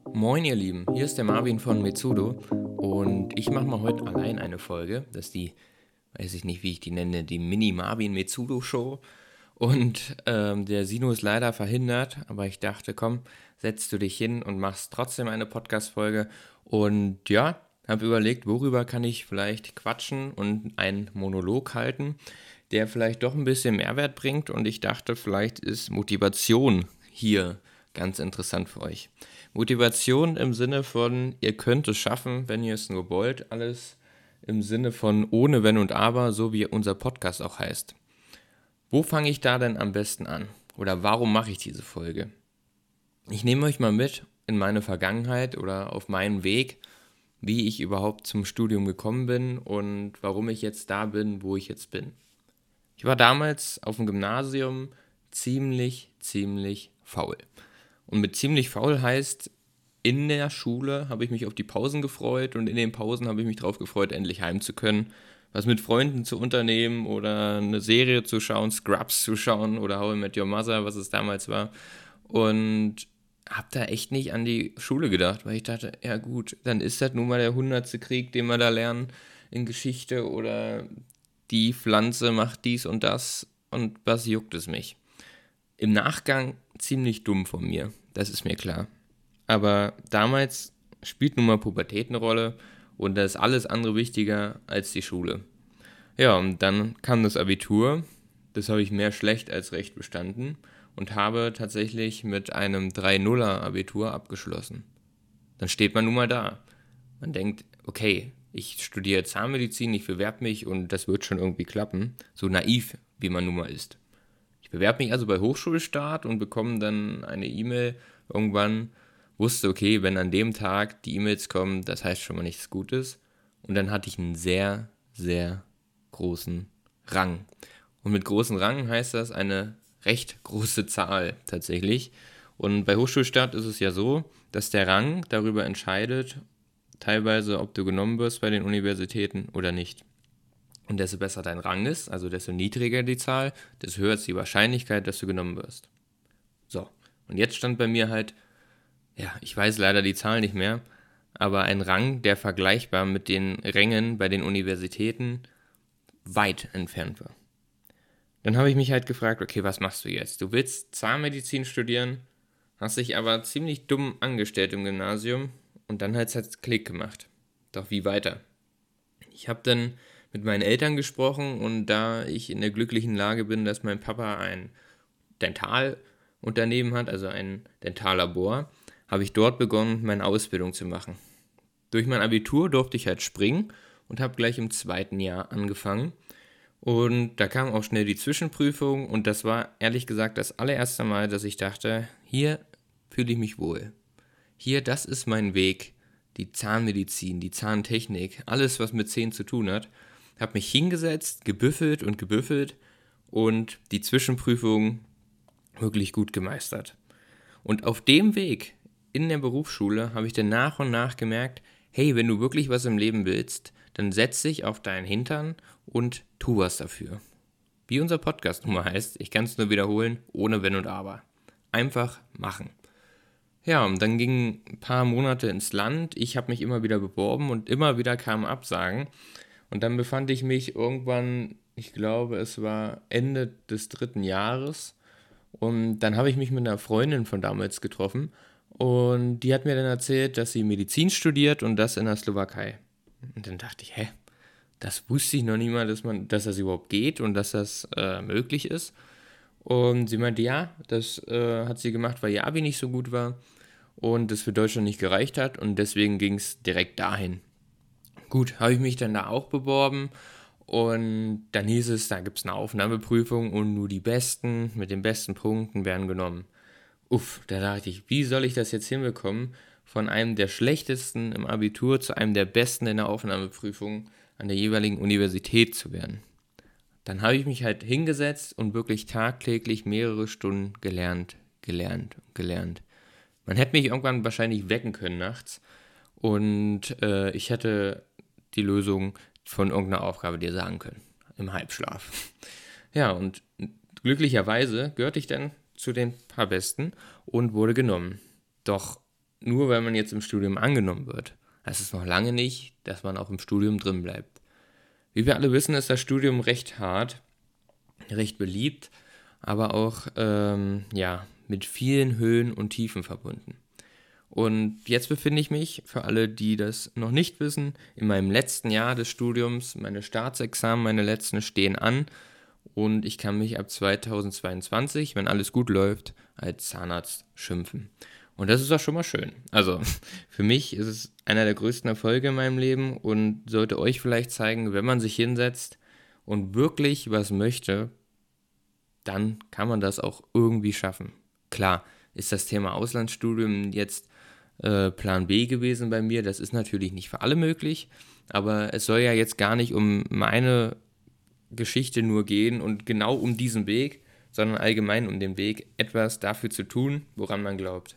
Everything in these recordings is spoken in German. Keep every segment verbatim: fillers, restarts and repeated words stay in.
Moin ihr Lieben, hier ist der Marvin von Metsudo und ich mache mal heute allein eine Folge. Das ist die, weiß ich nicht, wie ich die nenne, die Mini-Marvin Metsudo Show. Und ähm, der Sino ist leider verhindert, aber ich dachte, komm, setzt du dich hin und machst trotzdem eine Podcast-Folge. Und ja, habe überlegt, worüber kann ich vielleicht quatschen und einen Monolog halten, der vielleicht doch ein bisschen Mehrwert bringt. Und ich dachte, vielleicht ist Motivation hier ganz interessant für euch. Motivation im Sinne von, ihr könnt es schaffen, wenn ihr es nur wollt. Alles im Sinne von ohne Wenn und Aber, so wie unser Podcast auch heißt. Wo fange ich da denn am besten an? Oder warum mache ich diese Folge? Ich nehme euch mal mit in meine Vergangenheit oder auf meinen Weg, wie ich überhaupt zum Studium gekommen bin und warum ich jetzt da bin, wo ich jetzt bin. Ich war damals auf dem Gymnasium ziemlich, ziemlich faul. Und mit ziemlich faul heißt, in der Schule habe ich mich auf die Pausen gefreut und in den Pausen habe ich mich darauf gefreut, endlich heim zu können, was mit Freunden zu unternehmen oder eine Serie zu schauen, Scrubs zu schauen oder How I Met Your Mother, was es damals war. Und habe da echt nicht an die Schule gedacht, weil ich dachte, ja gut, dann ist das nun mal der hundertste Krieg, den wir da lernen in Geschichte oder die Pflanze macht dies und das und was juckt es mich. Im Nachgang ziemlich dumm von mir, das ist mir klar. Aber damals spielt nun mal Pubertät eine Rolle und da ist alles andere wichtiger als die Schule. Ja, und dann kam das Abitur, das habe ich mehr schlecht als recht bestanden und habe tatsächlich mit einem drei Komma null Abitur abgeschlossen. Dann steht man nun mal da. Man denkt, okay, ich studiere Zahnmedizin, ich bewerbe mich und das wird schon irgendwie klappen. So naiv, wie man nun mal ist. Ich bewerbe mich also bei Hochschulstart und bekomme dann eine E-Mail irgendwann, wusste, okay, wenn an dem Tag die E-Mails kommen, das heißt schon mal nichts Gutes. Und dann hatte ich einen sehr, sehr großen Rang. Und mit großen Rang heißt das eine recht große Zahl tatsächlich. Und bei Hochschulstart ist es ja so, dass der Rang darüber entscheidet, teilweise, ob du genommen wirst bei den Universitäten oder nicht. Und desto besser dein Rang ist, also desto niedriger die Zahl, desto höher ist die Wahrscheinlichkeit, dass du genommen wirst. So, und jetzt stand bei mir halt, ja, ich weiß leider die Zahl nicht mehr, aber ein Rang, der vergleichbar mit den Rängen bei den Universitäten weit entfernt war. Dann habe ich mich halt gefragt, okay, was machst du jetzt? Du willst Zahnmedizin studieren, hast dich aber ziemlich dumm angestellt im Gymnasium und dann hat es Klick gemacht. Doch wie weiter? Ich habe dann mit meinen Eltern gesprochen und da ich in der glücklichen Lage bin, dass mein Papa ein Dentalunternehmen hat, also ein Dentallabor, habe ich dort begonnen, meine Ausbildung zu machen. Durch mein Abitur durfte ich halt springen und habe gleich im zweiten Jahr angefangen. Und da kam auch schnell die Zwischenprüfung und das war ehrlich gesagt das allererste Mal, dass ich dachte, hier fühle ich mich wohl. Hier, das ist mein Weg. Die Zahnmedizin, die Zahntechnik, alles, was mit Zähnen zu tun hat. Habe mich hingesetzt, gebüffelt und gebüffelt und die Zwischenprüfung wirklich gut gemeistert. Und auf dem Weg in der Berufsschule habe ich dann nach und nach gemerkt, hey, wenn du wirklich was im Leben willst, dann setz dich auf deinen Hintern und tu was dafür. Wie unser Podcast nun mal heißt, ich kann es nur wiederholen, ohne Wenn und Aber. Einfach machen. Ja, und dann gingen ein paar Monate ins Land, ich habe mich immer wieder beworben und immer wieder kamen Absagen. Und dann befand ich mich irgendwann, ich glaube, es war Ende des dritten Jahres. Und dann habe ich mich mit einer Freundin von damals getroffen. Und die hat mir dann erzählt, dass sie Medizin studiert und das in der Slowakei. Und dann dachte ich, hä, das wusste ich noch nie mal, dass, man, dass das überhaupt geht und dass das äh, möglich ist. Und sie meinte, ja, das äh, hat sie gemacht, weil ihr Abi nicht so gut war und es für Deutschland nicht gereicht hat. Und deswegen ging es direkt dahin. Gut, habe ich mich dann da auch beworben und dann hieß es, da gibt es eine Aufnahmeprüfung und nur die Besten mit den besten Punkten werden genommen. Uff, da dachte ich, wie soll ich das jetzt hinbekommen, von einem der schlechtesten im Abitur zu einem der besten in der Aufnahmeprüfung an der jeweiligen Universität zu werden. Dann habe ich mich halt hingesetzt und wirklich tagtäglich mehrere Stunden gelernt, gelernt, gelernt. Man hätte mich irgendwann wahrscheinlich wecken können nachts und äh, ich hätte die Lösung von irgendeiner Aufgabe dir sagen können, im Halbschlaf. Ja, und glücklicherweise gehörte ich dann zu den paar Besten und wurde genommen. Doch nur weil man jetzt im Studium angenommen wird, heißt es noch lange nicht, dass man auch im Studium drin bleibt. Wie wir alle wissen, ist das Studium recht hart, recht beliebt, aber auch ähm, ja, mit vielen Höhen und Tiefen verbunden. Und jetzt befinde ich mich, für alle, die das noch nicht wissen, in meinem letzten Jahr des Studiums. Meine Staatsexamen, meine letzten stehen an und ich kann mich ab zweitausendzweiundzwanzig, wenn alles gut läuft, als Zahnarzt schimpfen. Und das ist auch schon mal schön. Also für mich ist es einer der größten Erfolge in meinem Leben und sollte euch vielleicht zeigen, wenn man sich hinsetzt und wirklich was möchte, dann kann man das auch irgendwie schaffen. Klar, ist das Thema Auslandsstudium jetzt äh, Plan B gewesen bei mir. Das ist natürlich nicht für alle möglich, aber es soll ja jetzt gar nicht um meine Geschichte nur gehen und genau um diesen Weg, sondern allgemein um den Weg, etwas dafür zu tun, woran man glaubt.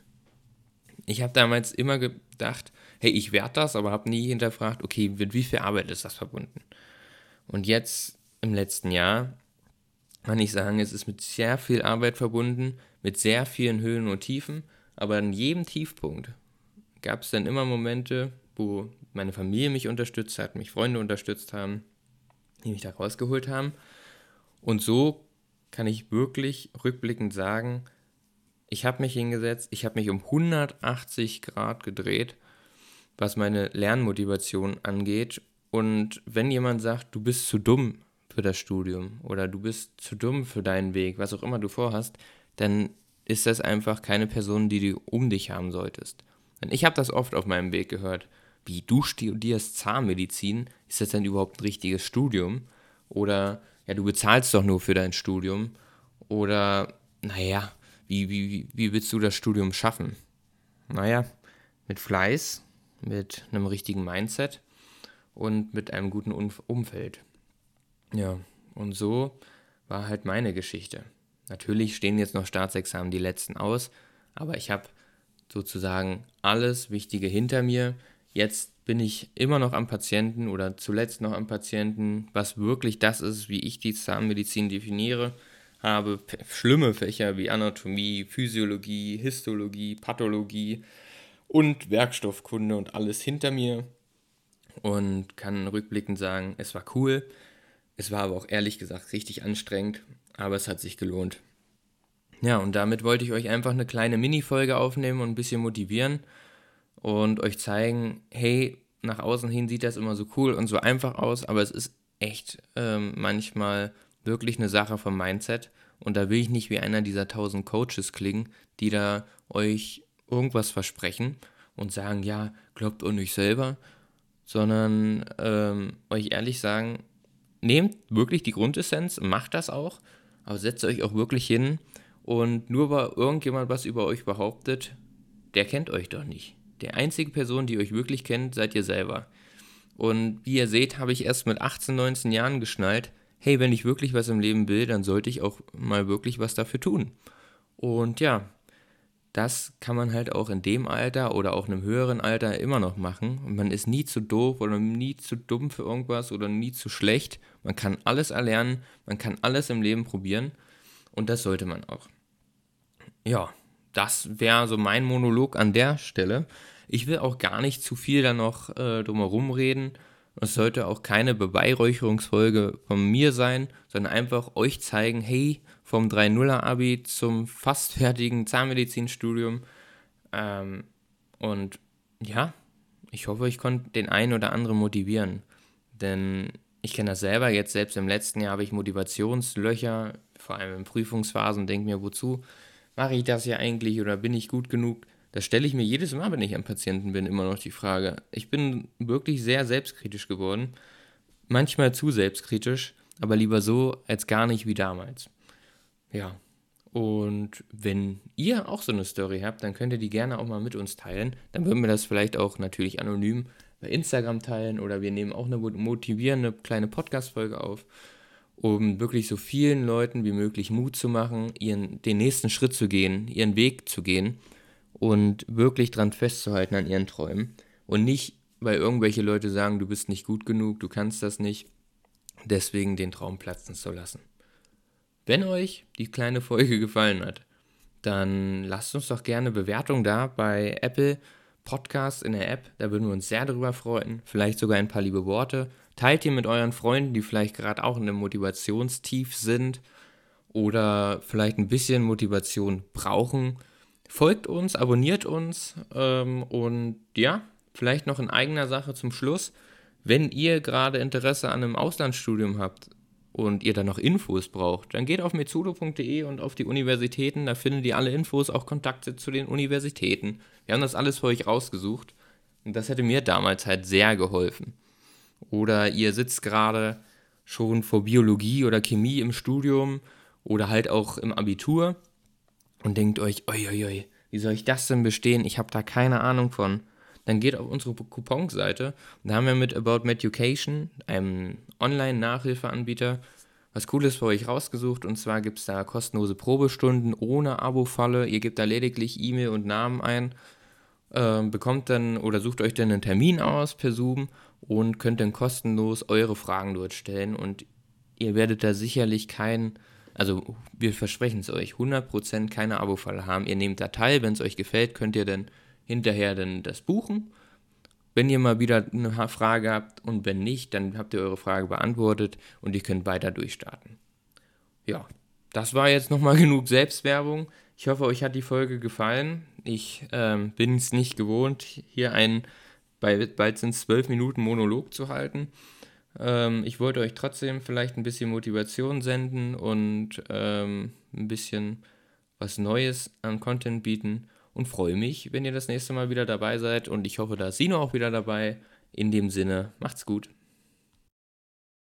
Ich habe damals immer gedacht, hey, ich werde das, aber habe nie hinterfragt, okay, mit wie viel Arbeit ist das verbunden? Und jetzt im letzten Jahr kann ich sagen, es ist mit sehr viel Arbeit verbunden, mit sehr vielen Höhen und Tiefen, aber an jedem Tiefpunkt gab es dann immer Momente, wo meine Familie mich unterstützt hat, mich Freunde unterstützt haben, die mich da rausgeholt haben. Und so kann ich wirklich rückblickend sagen, ich habe mich hingesetzt, ich habe mich um hundertachtzig Grad gedreht, was meine Lernmotivation angeht. Und wenn jemand sagt, du bist zu dumm für das Studium oder du bist zu dumm für deinen Weg, was auch immer du vorhast, dann ist das einfach keine Person, die du um dich haben solltest. Denn ich habe das oft auf meinem Weg gehört. Wie, du studierst Zahnmedizin? Ist das denn überhaupt ein richtiges Studium? Oder, ja, du bezahlst doch nur für dein Studium. Oder, naja, wie, wie, wie willst du das Studium schaffen? Naja, mit Fleiß, mit einem richtigen Mindset und mit einem guten Umfeld. Ja, und so war halt meine Geschichte. Natürlich stehen jetzt noch Staatsexamen die letzten aus, aber ich habe sozusagen alles Wichtige hinter mir. Jetzt bin ich immer noch am Patienten oder zuletzt noch am Patienten, was wirklich das ist, wie ich die Zahnmedizin definiere. Habe schlimme Fächer wie Anatomie, Physiologie, Histologie, Pathologie und Werkstoffkunde und alles hinter mir und kann rückblickend sagen, es war cool. Es war aber auch ehrlich gesagt richtig anstrengend, aber es hat sich gelohnt. Ja, und damit wollte ich euch einfach eine kleine Mini-Folge aufnehmen und ein bisschen motivieren und euch zeigen, hey, nach außen hin sieht das immer so cool und so einfach aus, aber es ist echt ähm, manchmal wirklich eine Sache vom Mindset und da will ich nicht wie einer dieser tausend Coaches klingen, die da euch irgendwas versprechen und sagen, ja, glaubt an euch selber, sondern ähm, euch ehrlich sagen, nehmt wirklich die Grundessenz, macht das auch, aber setzt euch auch wirklich hin und nur weil irgendjemand was über euch behauptet, der kennt euch doch nicht. Die einzige Person, die euch wirklich kennt, seid ihr selber. Und wie ihr seht, habe ich erst mit achtzehn, neunzehn Jahren geschnallt, hey, wenn ich wirklich was im Leben will, dann sollte ich auch mal wirklich was dafür tun. Und ja, das kann man halt auch in dem Alter oder auch in einem höheren Alter immer noch machen. Und man ist nie zu doof oder nie zu dumm für irgendwas oder nie zu schlecht. Man kann alles erlernen, man kann alles im Leben probieren und das sollte man auch. Ja, das wäre so mein Monolog an der Stelle. Ich will auch gar nicht zu viel da noch äh, drumherum reden. Es sollte auch keine Beweihräucherungsfolge von mir sein, sondern einfach euch zeigen, hey, vom drei null Abi zum fast fertigen Zahnmedizinstudium. Ähm, und ja, ich hoffe, ich konnte den einen oder anderen motivieren. Denn ich kenne das selber, jetzt selbst im letzten Jahr habe ich Motivationslöcher, vor allem in Prüfungsphasen, denke mir, wozu mache ich das ja eigentlich oder bin ich gut genug? Das stelle ich mir jedes Mal, wenn ich am Patienten bin, immer noch die Frage. Ich bin wirklich sehr selbstkritisch geworden. Manchmal zu selbstkritisch, aber lieber so als gar nicht wie damals. Ja, und wenn ihr auch so eine Story habt, dann könnt ihr die gerne auch mal mit uns teilen. Dann würden wir das vielleicht auch natürlich anonym bei Instagram teilen oder wir nehmen auch eine motivierende kleine Podcast-Folge auf, um wirklich so vielen Leuten wie möglich Mut zu machen, ihren, den nächsten Schritt zu gehen, ihren Weg zu gehen und wirklich dran festzuhalten an ihren Träumen und nicht, weil irgendwelche Leute sagen, du bist nicht gut genug, du kannst das nicht, deswegen den Traum platzen zu lassen. Wenn euch die kleine Folge gefallen hat, dann lasst uns doch gerne Bewertung da bei Apple Podcasts in der App. Da würden wir uns sehr darüber freuen. Vielleicht sogar ein paar liebe Worte. Teilt ihr mit euren Freunden, die vielleicht gerade auch in einem Motivationstief sind oder vielleicht ein bisschen Motivation brauchen. Folgt uns, abonniert uns ähm, und ja, vielleicht noch in eigener Sache zum Schluss. Wenn ihr gerade Interesse an einem Auslandsstudium habt und ihr dann noch Infos braucht, dann geht auf metsudo punkt de und auf die Universitäten, da findet ihr alle Infos, auch Kontakte zu den Universitäten. Wir haben das alles für euch rausgesucht und das hätte mir damals halt sehr geholfen. Oder ihr sitzt gerade schon vor Biologie oder Chemie im Studium oder halt auch im Abitur und denkt euch, oi, oi, oi, wie soll ich das denn bestehen? Ich habe da keine Ahnung von. Dann geht auf unsere Couponseite und da haben wir mit About Education, einem Online-Nachhilfeanbieter, was Cooles für euch rausgesucht. Und zwar gibt es da kostenlose Probestunden ohne Abo-Falle. Ihr gebt da lediglich E-Mail und Namen ein, äh, bekommt dann oder sucht euch dann einen Termin aus per Zoom und könnt dann kostenlos eure Fragen dort stellen. Und ihr werdet da sicherlich kein, also wir versprechen es euch, hundert Prozent keine Abo-Falle haben. Ihr nehmt da teil, wenn es euch gefällt, könnt ihr dann hinterher dann das buchen. Wenn ihr mal wieder eine Frage habt und wenn nicht, dann habt ihr eure Frage beantwortet und ihr könnt weiter durchstarten. Ja, das war jetzt nochmal genug Selbstwerbung. Ich hoffe, euch hat die Folge gefallen. Ich ähm, bin es nicht gewohnt, hier einen, bald, bald sind es zwölf Minuten Monolog zu halten. Ähm, ich wollte euch trotzdem vielleicht ein bisschen Motivation senden und ähm, ein bisschen was Neues an Content bieten und freue mich, wenn ihr das nächste Mal wieder dabei seid und ich hoffe, da ist Sino auch wieder dabei. In dem Sinne, macht's gut.